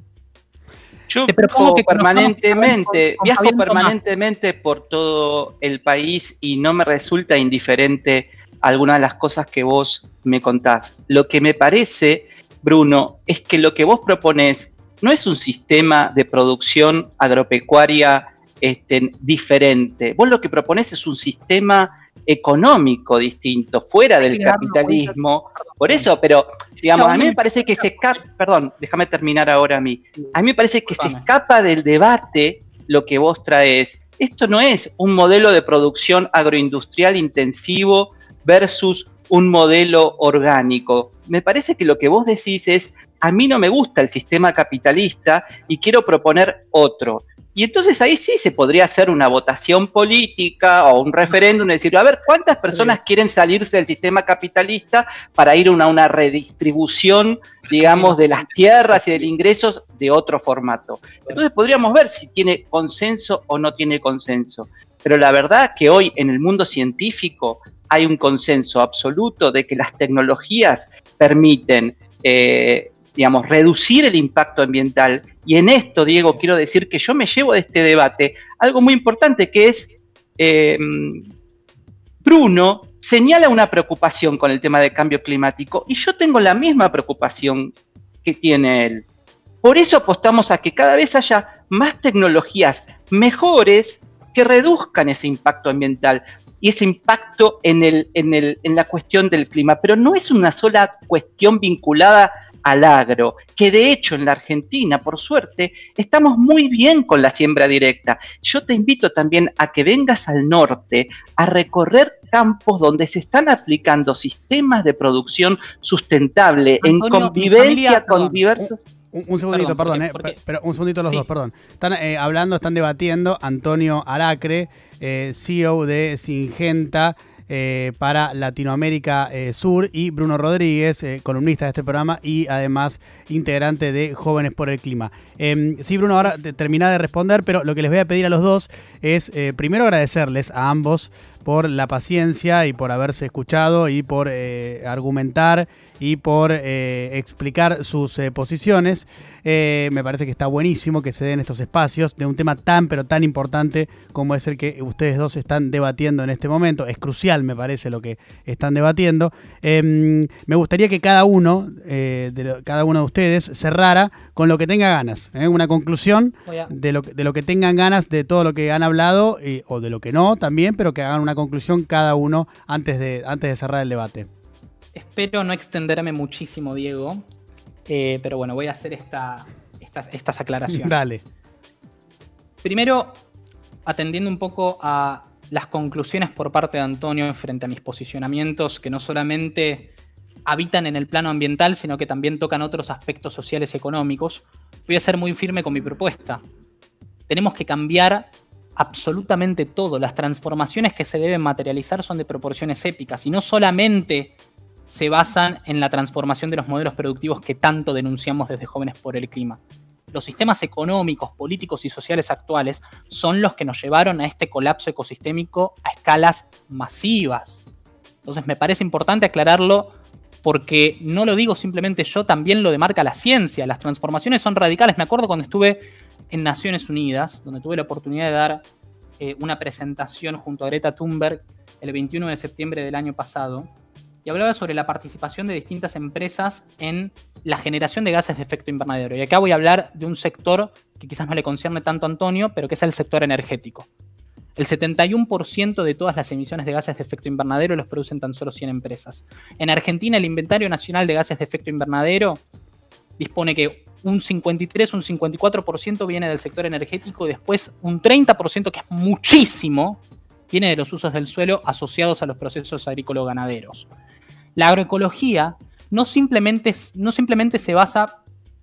Yo viajo permanentemente, con, con viajo permanentemente por todo el país y no me resulta indiferente algunas de las cosas que vos me contás. Lo que me parece, Bruno, es que lo que vos proponés no es un sistema de producción agropecuaria este, diferente. Vos lo que proponés es un sistema económico distinto, fuera del capitalismo. Por eso, pero digamos, a mí me parece que se escapa, perdón, déjame terminar ahora a mí. A mí me parece que se escapa del debate lo que vos traes. Esto no es un modelo de producción agroindustrial intensivo versus un modelo orgánico. Me parece que lo que vos decís es, a mí no me gusta el sistema capitalista y quiero proponer otro. Y entonces ahí sí se podría hacer una votación política o un referéndum y decir, a ver, ¿cuántas personas sí. quieren salirse del sistema capitalista para ir a una, una redistribución, digamos, de las tierras y de los ingresos de otro formato? Entonces podríamos ver si tiene consenso o no tiene consenso. Pero la verdad que hoy en el mundo científico hay un consenso absoluto de que las tecnologías permiten eh, digamos, reducir el impacto ambiental. Y en esto, Diego, quiero decir que yo me llevo de este debate algo muy importante, que es, eh, Bruno señala una preocupación con el tema del cambio climático, y yo tengo la misma preocupación que tiene él. Por eso apostamos a que cada vez haya más tecnologías mejores que reduzcan ese impacto ambiental y ese impacto en, el, en, el, en la cuestión del clima. Pero no es una sola cuestión vinculada al agro, que de hecho en la Argentina, por suerte, estamos muy bien con la siembra directa. Yo te invito también a que vengas al norte a recorrer campos donde se están aplicando sistemas de producción sustentable, Antonio, en convivencia familia, con perdón, diversos... Un, un segundito, perdón, perdón porque, eh, porque... pero un segundito los sí. dos, perdón. Están eh, hablando, están debatiendo Antonio Aracre, eh, C E O de Syngenta, Eh, para Latinoamérica eh, Sur, y Bruno Rodríguez, eh, columnista de este programa y además integrante de Jóvenes por el Clima. Eh, sí, Bruno, ahora te, termina de responder, pero lo que les voy a pedir a los dos es eh, primero agradecerles a ambos por la paciencia y por haberse escuchado y por eh, argumentar y por eh, explicar sus eh, posiciones. Eh, me parece que está buenísimo que se den estos espacios de un tema tan pero tan importante como es el que ustedes dos están debatiendo en este momento. Es crucial, me parece, lo que están debatiendo. Eh, me gustaría que cada uno, eh, de lo, cada uno de ustedes cerrara con lo que tenga ganas, ¿eh? Una conclusión de lo, de lo que tengan ganas de todo lo que han hablado, y, o de lo que no también, pero que hagan una conclusión cada uno antes de, antes de cerrar el debate. Espero no extenderme muchísimo, Diego, eh, pero bueno, voy a hacer esta, estas, estas aclaraciones. Dale. Primero, atendiendo un poco a las conclusiones por parte de Antonio frente a mis posicionamientos, que no solamente habitan en el plano ambiental, sino que también tocan otros aspectos sociales y económicos, voy a ser muy firme con mi propuesta. Tenemos que cambiar absolutamente todo. Las transformaciones que se deben materializar son de proporciones épicas y no solamente se basan en la transformación de los modelos productivos que tanto denunciamos desde Jóvenes por el Clima. Los sistemas económicos, políticos y sociales actuales son los que nos llevaron a este colapso ecosistémico a escalas masivas. Entonces me parece importante aclararlo, porque no lo digo simplemente yo, también lo demarca la ciencia. Las transformaciones son radicales. Me acuerdo cuando estuve en Naciones Unidas, donde tuve la oportunidad de dar eh, una presentación junto a Greta Thunberg el veintiuno de septiembre del año pasado, y hablaba sobre la participación de distintas empresas en la generación de gases de efecto invernadero. Y acá voy a hablar de un sector que quizás no le concierne tanto a Antonio, pero que es el sector energético. El setenta y uno por ciento de todas las emisiones de gases de efecto invernadero los producen tan solo cien empresas. En Argentina, el Inventario Nacional de Gases de Efecto Invernadero dispone que un cincuenta y tres, un cincuenta y cuatro por ciento viene del sector energético y después un treinta por ciento, que es muchísimo, viene de los usos del suelo asociados a los procesos agrícola-ganaderos. La agroecología no simplemente, no simplemente se basa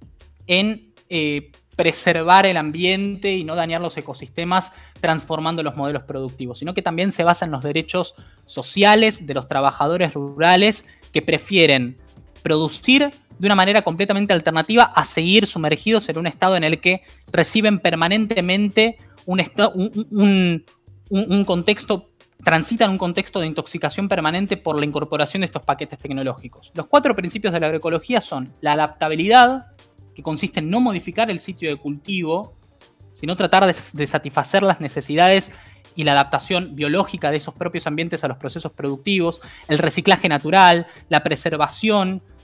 en eh, preservar el ambiente y no dañar los ecosistemas transformando los modelos productivos, sino que también se basa en los derechos sociales de los trabajadores rurales que prefieren producir de una manera completamente alternativa a seguir sumergidos en un estado en el que reciben permanentemente un, esta- un, un, un, un contexto, transitan un contexto de intoxicación permanente por la incorporación de estos paquetes tecnológicos. Los cuatro principios de la agroecología son la adaptabilidad, que consiste en no modificar el sitio de cultivo, sino tratar de, de satisfacer las necesidades y la adaptación biológica de esos propios ambientes a los procesos productivos, el reciclaje natural, la preservación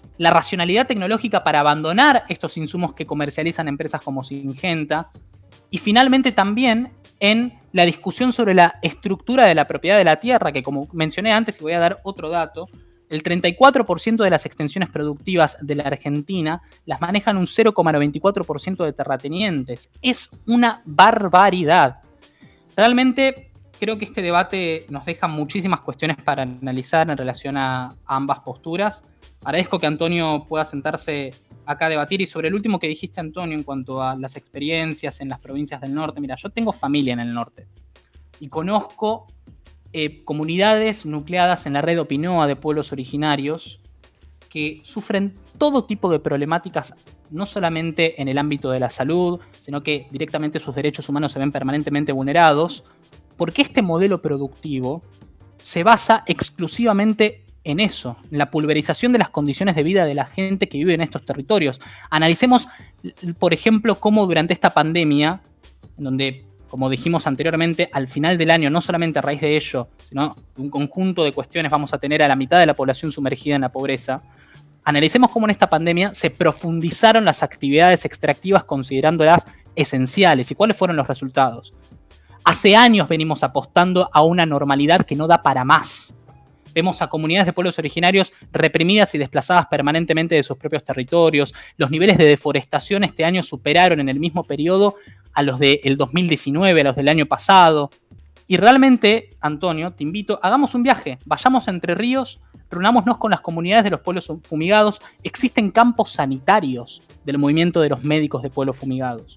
la racionalidad tecnológica para abandonar estos insumos que comercializan empresas como Syngenta, y finalmente también en la discusión sobre la estructura de la propiedad de la tierra, que como mencioné antes, y voy a dar otro dato, el treinta y cuatro por ciento de las extensiones productivas de la Argentina las manejan un cero coma noventa y cuatro por ciento de terratenientes. Es una barbaridad. Realmente creo que este debate nos deja muchísimas cuestiones para analizar en relación a, a ambas posturas. Agradezco que Antonio pueda sentarse acá a debatir, y sobre el último que dijiste, Antonio, en cuanto a las experiencias en las provincias del norte. Mira, yo tengo familia en el norte y conozco eh, comunidades nucleadas en la red Opinoa de pueblos originarios que sufren todo tipo de problemáticas, no solamente en el ámbito de la salud, sino que directamente sus derechos humanos se ven permanentemente vulnerados, porque este modelo productivo se basa exclusivamente en eso, en la pulverización de las condiciones de vida de la gente que vive en estos territorios. Analicemos, por ejemplo, cómo durante esta pandemia, en donde, como dijimos anteriormente, al final del año, no solamente a raíz de ello, sino de un conjunto de cuestiones, vamos a tener a la mitad de la población sumergida en la pobreza. Analicemos cómo en esta pandemia se profundizaron las actividades extractivas considerándolas esenciales y cuáles fueron los resultados. Hace años venimos apostando a una normalidad que no da para más. Vemos a comunidades de pueblos originarios reprimidas y desplazadas permanentemente de sus propios territorios. Los niveles de deforestación este año superaron en el mismo periodo a los del dos mil diecinueve, a los del año pasado. Y realmente, Antonio, te invito, hagamos un viaje, vayamos a Entre Ríos, reunámonos con las comunidades de los pueblos fumigados. Existen campos sanitarios del movimiento de los médicos de pueblos fumigados.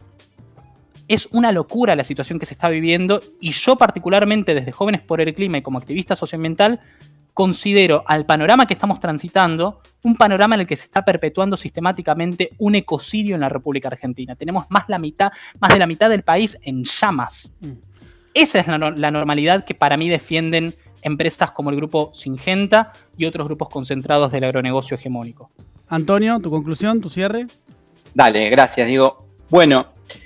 Es una locura la situación que se está viviendo, y yo particularmente desde Jóvenes por el Clima y como activista socioambiental considero al panorama que estamos transitando un panorama en el que se está perpetuando sistemáticamente un ecocidio en la República Argentina. Tenemos más, la mitad, más de la mitad del país en llamas. Mm. Esa es la, la normalidad que para mí defienden empresas como el grupo Syngenta y otros grupos concentrados del agronegocio hegemónico. Antonio, tu conclusión, tu cierre. Dale, gracias, Diego. Bueno,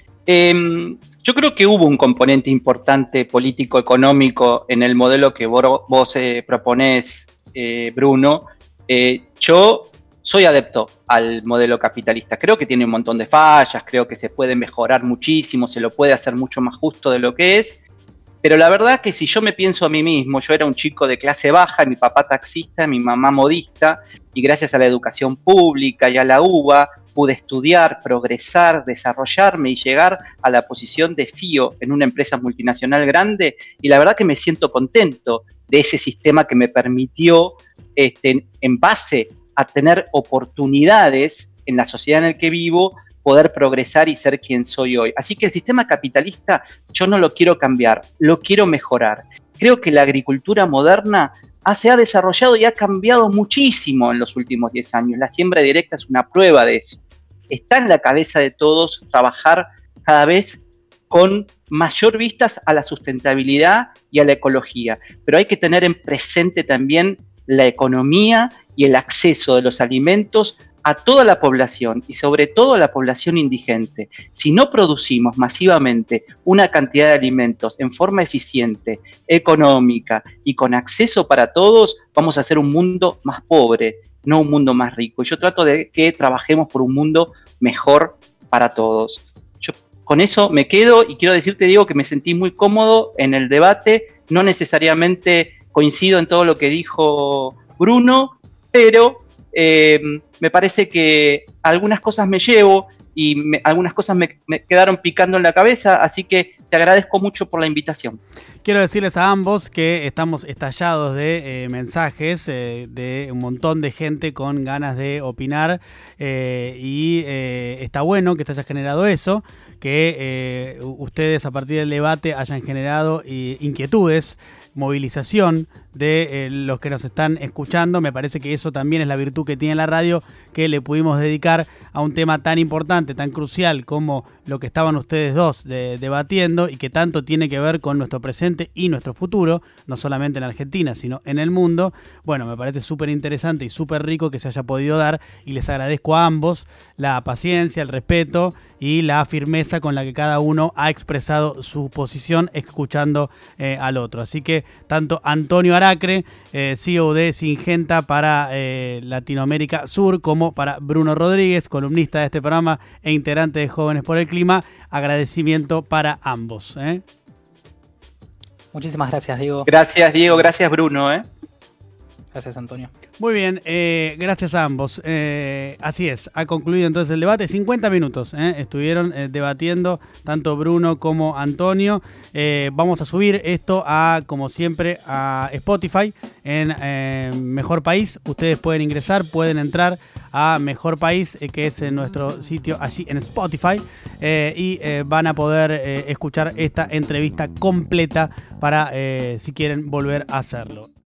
eh, yo creo que hubo un componente importante político-económico en el modelo que vos, vos eh, proponés, eh, Bruno. Eh, yo soy adepto al modelo capitalista. Creo que tiene un montón de fallas, creo que se puede mejorar muchísimo, se lo puede hacer mucho más justo de lo que es. Pero la verdad que si yo me pienso a mí mismo, yo era un chico de clase baja, mi papá taxista, mi mamá modista, y gracias a la educación pública y a la U B A, pude estudiar, progresar, desarrollarme y llegar a la posición de C E O en una empresa multinacional grande, y la verdad que me siento contento de ese sistema que me permitió, este, en base a tener oportunidades en la sociedad en la que vivo, poder progresar y ser quien soy hoy. Así que el sistema capitalista yo no lo quiero cambiar, lo quiero mejorar. Creo que la agricultura moderna se ha desarrollado y ha cambiado muchísimo en los últimos diez años. La siembra directa es una prueba de eso. Está en la cabeza de todos trabajar cada vez con mayor vistas a la sustentabilidad y a la ecología, pero hay que tener en presente también la economía y el acceso de los alimentos a toda la población y sobre todo a la población indigente. Si no producimos masivamente una cantidad de alimentos en forma eficiente, económica y con acceso para todos, vamos a hacer un mundo más pobre, no un mundo más rico. Y yo trato de que trabajemos por un mundo mejor para todos. Yo con eso me quedo y quiero decirte, Diego, que me sentí muy cómodo en el debate. No necesariamente coincido en todo lo que dijo Bruno, pero Eh, me parece que algunas cosas me llevo y me, algunas cosas me, me quedaron picando en la cabeza, así que te agradezco mucho por la invitación. Quiero decirles a ambos que estamos estallados de eh, mensajes eh, de un montón de gente con ganas de opinar eh, y eh, está bueno que se haya generado eso, que eh, ustedes a partir del debate hayan generado eh, inquietudes, movilización de eh, los que nos están escuchando. Me parece que eso también es la virtud que tiene la radio, que le pudimos dedicar a un tema tan importante, tan crucial como lo que estaban ustedes dos de, debatiendo y que tanto tiene que ver con nuestro presente y nuestro futuro, no solamente en Argentina, sino en el mundo. Bueno, me parece súper interesante y súper rico que se haya podido dar, y les agradezco a ambos la paciencia, el respeto y la firmeza con la que cada uno ha expresado su posición escuchando eh, al otro. Así que tanto Antonio Baracre, eh, C E O de Syngenta para eh, Latinoamérica Sur, como para Bruno Rodríguez, columnista de este programa e integrante de Jóvenes por el Clima. Agradecimiento para ambos. ¿eh? Muchísimas gracias, Diego. Gracias, Diego. Gracias, Bruno. ¿eh? Gracias, Antonio. Muy bien, eh, gracias a ambos. Eh, así es, ha concluido entonces el debate. cincuenta minutos eh, estuvieron eh, debatiendo tanto Bruno como Antonio. Eh, vamos a subir esto a, como siempre, a Spotify en eh, Mejor País. Ustedes pueden ingresar, pueden entrar a Mejor País, eh, que es en nuestro sitio allí en Spotify, eh, y eh, van a poder eh, escuchar esta entrevista completa para, eh, si quieren, volver a hacerlo.